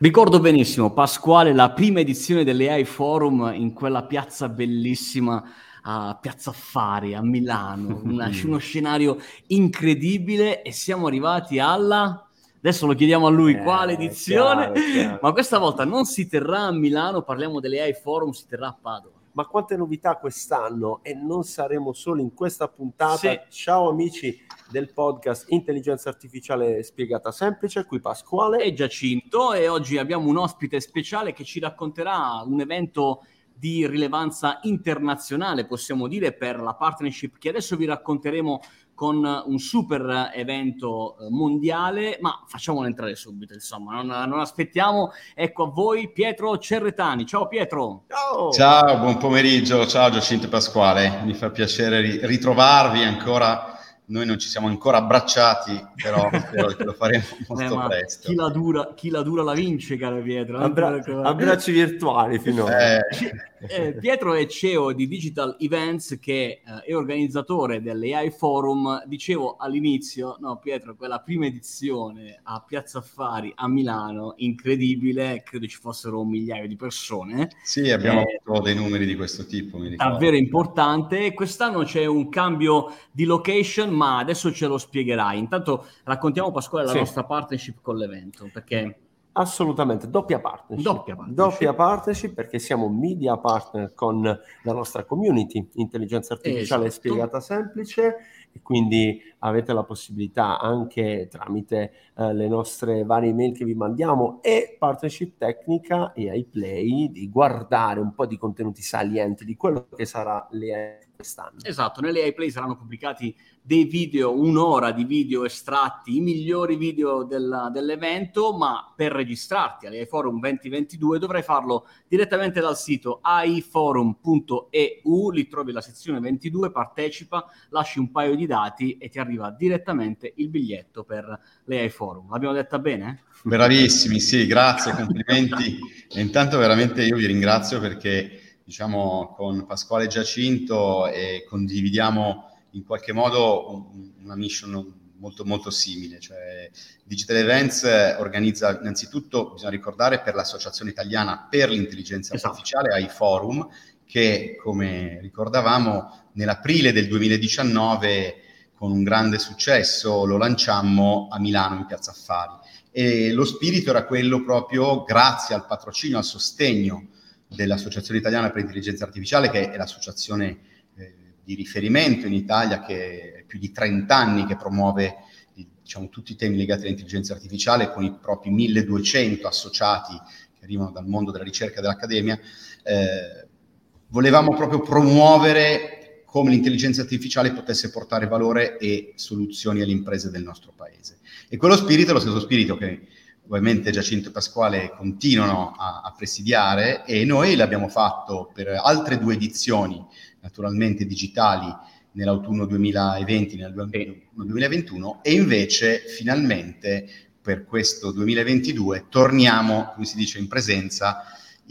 Ricordo benissimo, Pasquale, la prima edizione dell'AI Forum in quella piazza bellissima a Piazza Affari a Milano, uno scenario incredibile, e siamo arrivati alla... Adesso lo chiediamo a lui quale edizione, chiaro. ma questa volta non si terrà a Milano, parliamo dell'AI Forum, si terrà a Padova. Ma quante novità quest'anno, e non saremo solo in questa puntata. Sì. Ciao amici del podcast Intelligenza Artificiale Spiegata Semplice, qui Pasquale e Giacinto, e oggi abbiamo un ospite speciale che ci racconterà un evento di rilevanza internazionale, possiamo dire, per la partnership che adesso vi racconteremo con un super evento mondiale, ma facciamolo entrare subito, insomma, non aspettiamo. Ecco a voi Pietro Cerretani. Ciao Pietro. Ciao, buon pomeriggio, ciao Giacinto e Pasquale, mi fa piacere ritrovarvi ancora. Noi non ci siamo ancora abbracciati, però spero che lo faremo molto presto. Chi la dura la vince, caro Pietro. Abbracci virtuali finora. Pietro è CEO di Digital Events, che è organizzatore dell'AI Forum. Dicevo all'inizio, no Pietro, quella prima edizione a Piazza Affari a Milano, incredibile, credo ci fossero 1 migliaio di persone. Sì, abbiamo avuto dei numeri di questo tipo, mi ricordo. Davvero importante. Quest'anno c'è un cambio di location, ma adesso ce lo spiegherai. Intanto raccontiamo, Pasquale, la nostra partnership con l'evento, perché... Assolutamente, doppia partnership, perché siamo media partner con la nostra community Intelligenza Artificiale Spiegata Semplice, e quindi avete la possibilità anche tramite le nostre varie email che vi mandiamo e partnership tecnica e AI Play di guardare un po' di contenuti salienti di quello che sarà l'AI quest'anno. Esatto, nelle AI Play saranno pubblicati dei video, 1 ora di video estratti, i migliori video dell'evento, ma per registrarti all'AI Forum 2022 dovrai farlo direttamente dal sito aiforum.eu, lì trovi la sezione 22, partecipa, lasci un paio di dati e ti arriva direttamente il biglietto per l'AI Forum. L'abbiamo detta bene? Bravissimi, sì, grazie, complimenti. E intanto veramente io vi ringrazio perché, diciamo, con Pasquale e Giacinto condividiamo in qualche modo una mission molto molto simile. Cioè, Digital Events organizza innanzitutto, bisogna ricordare, per l'Associazione Italiana per l'Intelligenza Artificiale, AI Forum, che, come ricordavamo, nell'aprile del 2019 con un grande successo lo lanciammo a Milano in Piazza Affari. E lo spirito era quello proprio, grazie al patrocinio, al sostegno dell'Associazione Italiana per l'Intelligenza Artificiale, che è l'associazione di riferimento in Italia, che è più di 30 anni che promuove, diciamo, tutti i temi legati all'intelligenza artificiale, con i propri 1200 associati che arrivano dal mondo della ricerca e dell'accademia. Volevamo proprio promuovere come l'intelligenza artificiale potesse portare valore e soluzioni alle imprese del nostro paese. E quello spirito è lo stesso spirito che ovviamente Giacinto e Pasquale continuano a presidiare, e noi l'abbiamo fatto per altre 2 edizioni, naturalmente digitali, nell'autunno 2020 e nel 2021, e invece finalmente per questo 2022 torniamo, come si dice, in presenza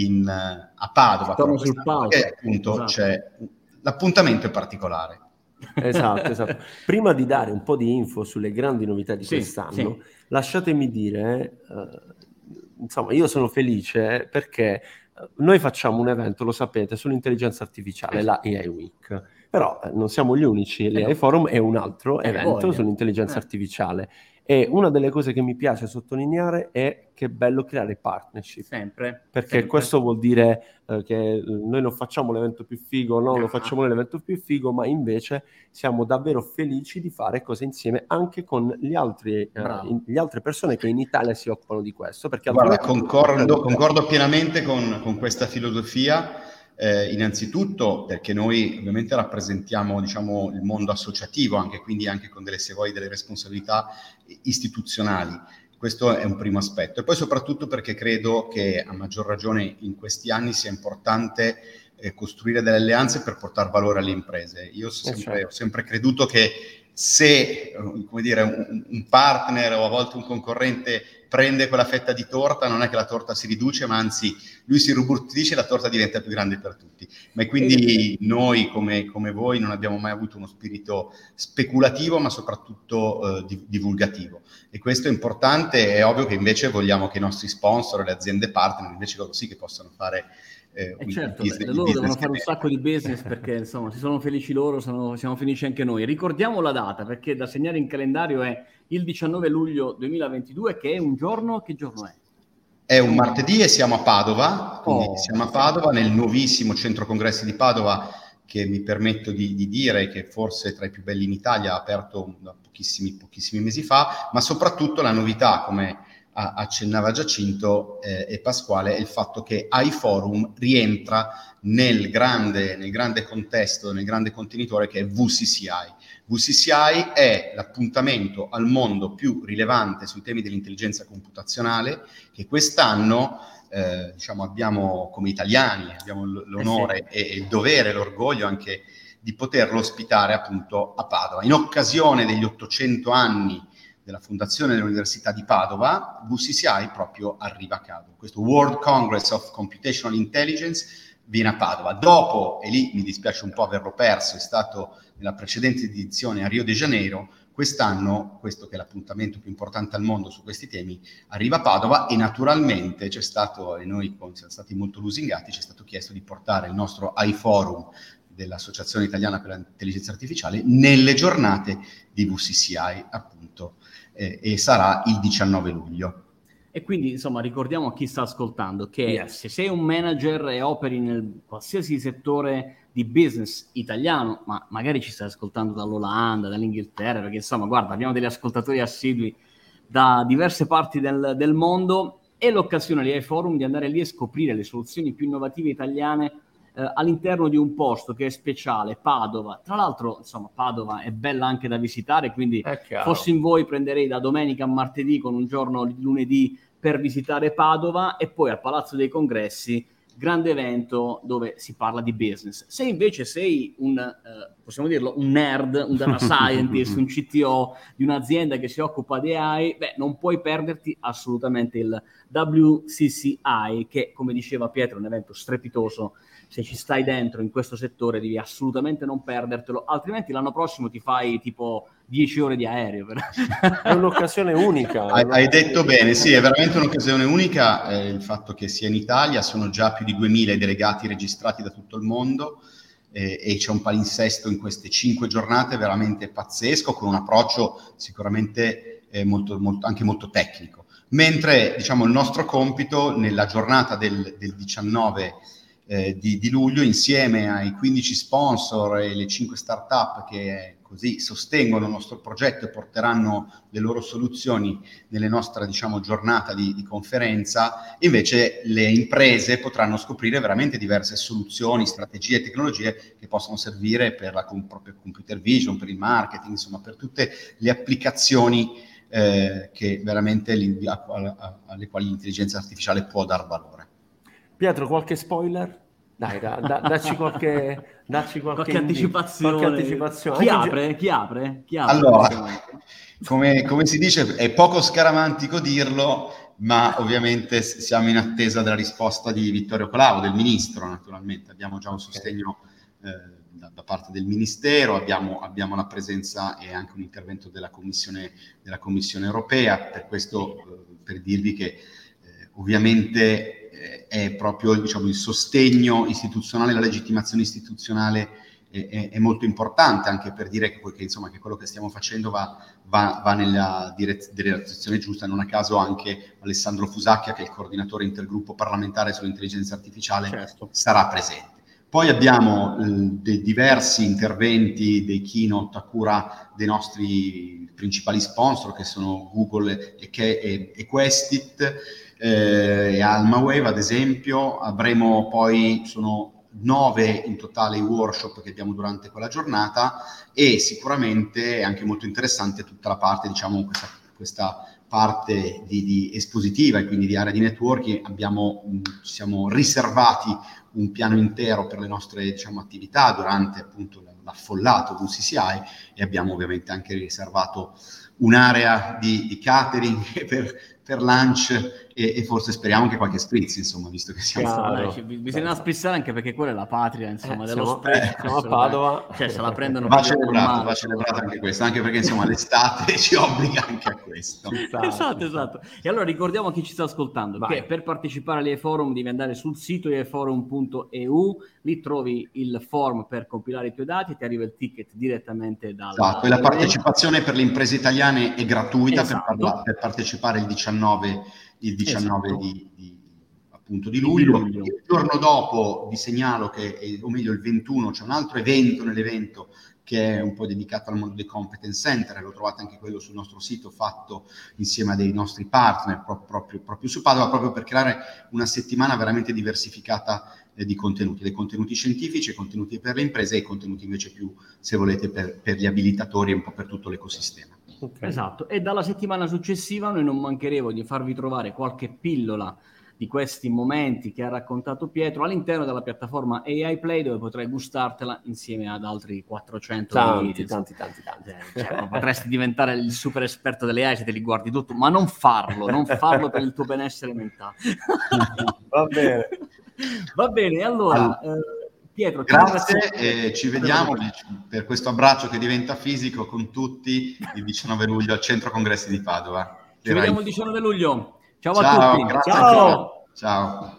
a Padova, perché appunto c'è l'appuntamento è particolare. Esatto. Prima di dare un po' di info sulle grandi novità di quest'anno, lasciatemi dire, insomma, io sono felice perché noi facciamo un evento, lo sapete, sull'intelligenza artificiale, la AI Week, però non siamo gli unici, l'AI Forum è un altro evento sull'intelligenza artificiale. E una delle cose che mi piace sottolineare è che è bello creare partnership. Perché questo vuol dire che noi non facciamo l'evento più figo, lo facciamo l'evento più figo, ma invece siamo davvero felici di fare cose insieme anche con gli altre persone che in Italia si occupano di questo. Perché guarda, concordo pienamente con questa filosofia. Innanzitutto perché noi ovviamente rappresentiamo, diciamo, il mondo associativo, quindi anche con delle responsabilità istituzionali. Questo è un primo aspetto. E poi soprattutto perché credo che, a maggior ragione in questi anni, sia importante costruire delle alleanze per portare valore alle imprese. Io ho sempre creduto che se, come dire, un partner o a volte un concorrente prende quella fetta di torta, non è che la torta si riduce, ma anzi lui si robustisce e la torta diventa più grande per tutti. Ma quindi noi, come voi, non abbiamo mai avuto uno spirito speculativo, ma soprattutto divulgativo. E questo è importante. È ovvio che invece vogliamo che i nostri sponsor, le aziende partner, invece loro sì che possano fare certo, loro devono fare un sacco di business, perché insomma, se sono felici loro, siamo felici anche noi. Ricordiamo la data, perché da segnare in calendario è il 19 luglio 2022, che è un giorno, che giorno è? È un martedì e siamo a Padova, quindi siamo a Padova, nel nuovissimo centro congressi di Padova, che mi permetto di dire che forse tra i più belli in Italia, aperto da pochissimi mesi fa, ma soprattutto la novità, come accennava Giacinto e Pasquale, è il fatto che iForum rientra nel grande contesto, nel grande contenitore che è VCCI. VCCI è l'appuntamento al mondo più rilevante sui temi dell'intelligenza computazionale, che quest'anno abbiamo come italiani, abbiamo l'onore e il dovere, l'orgoglio anche di poterlo ospitare appunto a Padova. In occasione degli 800 anni della fondazione dell'Università di Padova, VCCI proprio arriva a Padova. Questo World Congress of Computational Intelligence viene a Padova. Dopo, e lì mi dispiace un po' averlo perso, è stato nella precedente edizione a Rio de Janeiro, quest'anno, questo che è l'appuntamento più importante al mondo su questi temi, arriva a Padova e naturalmente c'è stato, e noi siamo stati molto lusingati, ci è stato chiesto di portare il nostro iForum dell'Associazione Italiana per l'Intelligenza Artificiale nelle giornate di VCCI, appunto, e sarà il 19 luglio. E quindi, insomma, ricordiamo a chi sta ascoltando che se sei un manager e operi nel qualsiasi settore di business italiano, ma magari ci stai ascoltando dall'Olanda, dall'Inghilterra, perché insomma, guarda, abbiamo degli ascoltatori assidui da diverse parti del mondo, è l'occasione di iForum di andare lì e scoprire le soluzioni più innovative italiane all'interno di un posto che è speciale, Padova. Tra l'altro, insomma, Padova è bella anche da visitare, quindi fossi in voi prenderei da domenica a martedì con un giorno di lunedì per visitare Padova, e poi al Palazzo dei Congressi, grande evento dove si parla di business. Se invece sei possiamo dirlo, un nerd, un data scientist, un CTO di un'azienda che si occupa di AI, non puoi perderti assolutamente il WCCI, che, come diceva Pietro, è un evento strepitoso. Se ci stai dentro in questo settore devi assolutamente non perdertelo, altrimenti l'anno prossimo ti fai tipo 10 ore di aereo. È un'occasione unica. Hai detto bene, sì, è veramente un'occasione unica. Il fatto che sia in Italia, sono già più di 2000 i delegati registrati da tutto il mondo, e c'è un palinsesto in queste 5 giornate veramente pazzesco, con un approccio sicuramente anche molto tecnico. Mentre, diciamo, il nostro compito nella giornata del 19 di luglio, insieme ai 15 sponsor e le 5 start-up che così sostengono il nostro progetto e porteranno le loro soluzioni nelle nostre, diciamo, giornata di conferenza, invece le imprese potranno scrivere veramente diverse soluzioni, strategie e tecnologie che possono servire per la propria computer vision, per il marketing, insomma, per tutte le applicazioni che veramente alle quali l'intelligenza artificiale può dar valore. Pietro, qualche spoiler? Dai, dacci qualche anticipazione. Chi apre? Allora, come si dice, è poco scaramantico dirlo, ma ovviamente siamo in attesa della risposta di Vittorio Colao, del ministro, naturalmente. Abbiamo già un sostegno da parte del Ministero, abbiamo la presenza e anche un intervento della Commissione Europea. Per questo, per dirvi che ovviamente è proprio, diciamo, il sostegno istituzionale, la legittimazione istituzionale è molto importante, anche per dire che insomma, che quello che stiamo facendo va nella direzione giusta. Non a caso anche Alessandro Fusacchia, che è il coordinatore intergruppo parlamentare sull'intelligenza artificiale, sarà presente. Poi abbiamo dei diversi interventi, dei keynote a cura dei nostri principali sponsor, che sono Google e Questit, e Almawave, ad esempio. Avremo poi, sono 9 in totale i workshop che abbiamo durante quella giornata, e sicuramente è anche molto interessante tutta la parte, diciamo, questa parte di espositiva e quindi di area di networking, ci siamo riservati un piano intero per le nostre, diciamo, attività durante appunto l'affollato VCCI, e abbiamo ovviamente anche riservato un'area di catering per lunch e forse speriamo anche qualche spritz, insomma, visto che siamo... Bisogna sprizzare anche perché quella è la patria, insomma, dello spritz. Siamo a Padova. Cioè, se la prendono... Va celebrato anche questo, anche perché, insomma, l'estate ci obbliga anche a questo. Esatto. E allora ricordiamo a chi ci sta ascoltando che per partecipare agli e-forum devi andare sul sito eforum.eu, lì trovi il form per compilare i tuoi dati e ti arriva il ticket direttamente dalla... Esatto, e la partecipazione per le imprese italiane è gratuita, esatto, per partecipare il 19 esatto, di luglio. Il giorno dopo vi segnalo o meglio il 21, c'è un altro evento nell'evento che è un po' dedicato al mondo dei competence center, lo trovate anche quello sul nostro sito, fatto insieme a dei nostri partner proprio su Padova, proprio per creare una settimana veramente diversificata di contenuti, dei contenuti scientifici, contenuti per le imprese e contenuti invece più, se volete, per gli abilitatori e un po' per tutto l'ecosistema. Okay. Esatto, e dalla settimana successiva noi non mancheremo di farvi trovare qualche pillola di questi momenti che ha raccontato Pietro all'interno della piattaforma AI Play, dove potrai gustartela insieme ad altri 400 tanti. Cioè, potresti diventare il super esperto delle AI se te li guardi tutto, ma non farlo per il tuo benessere mentale. Va bene, allora Pietro, grazie e ci vediamo per questo abbraccio che diventa fisico con tutti il 19 luglio al Centro Congressi di Padova. Ci vediamo il 19 luglio. Ciao a tutti. Grazie. Ciao. Ciao.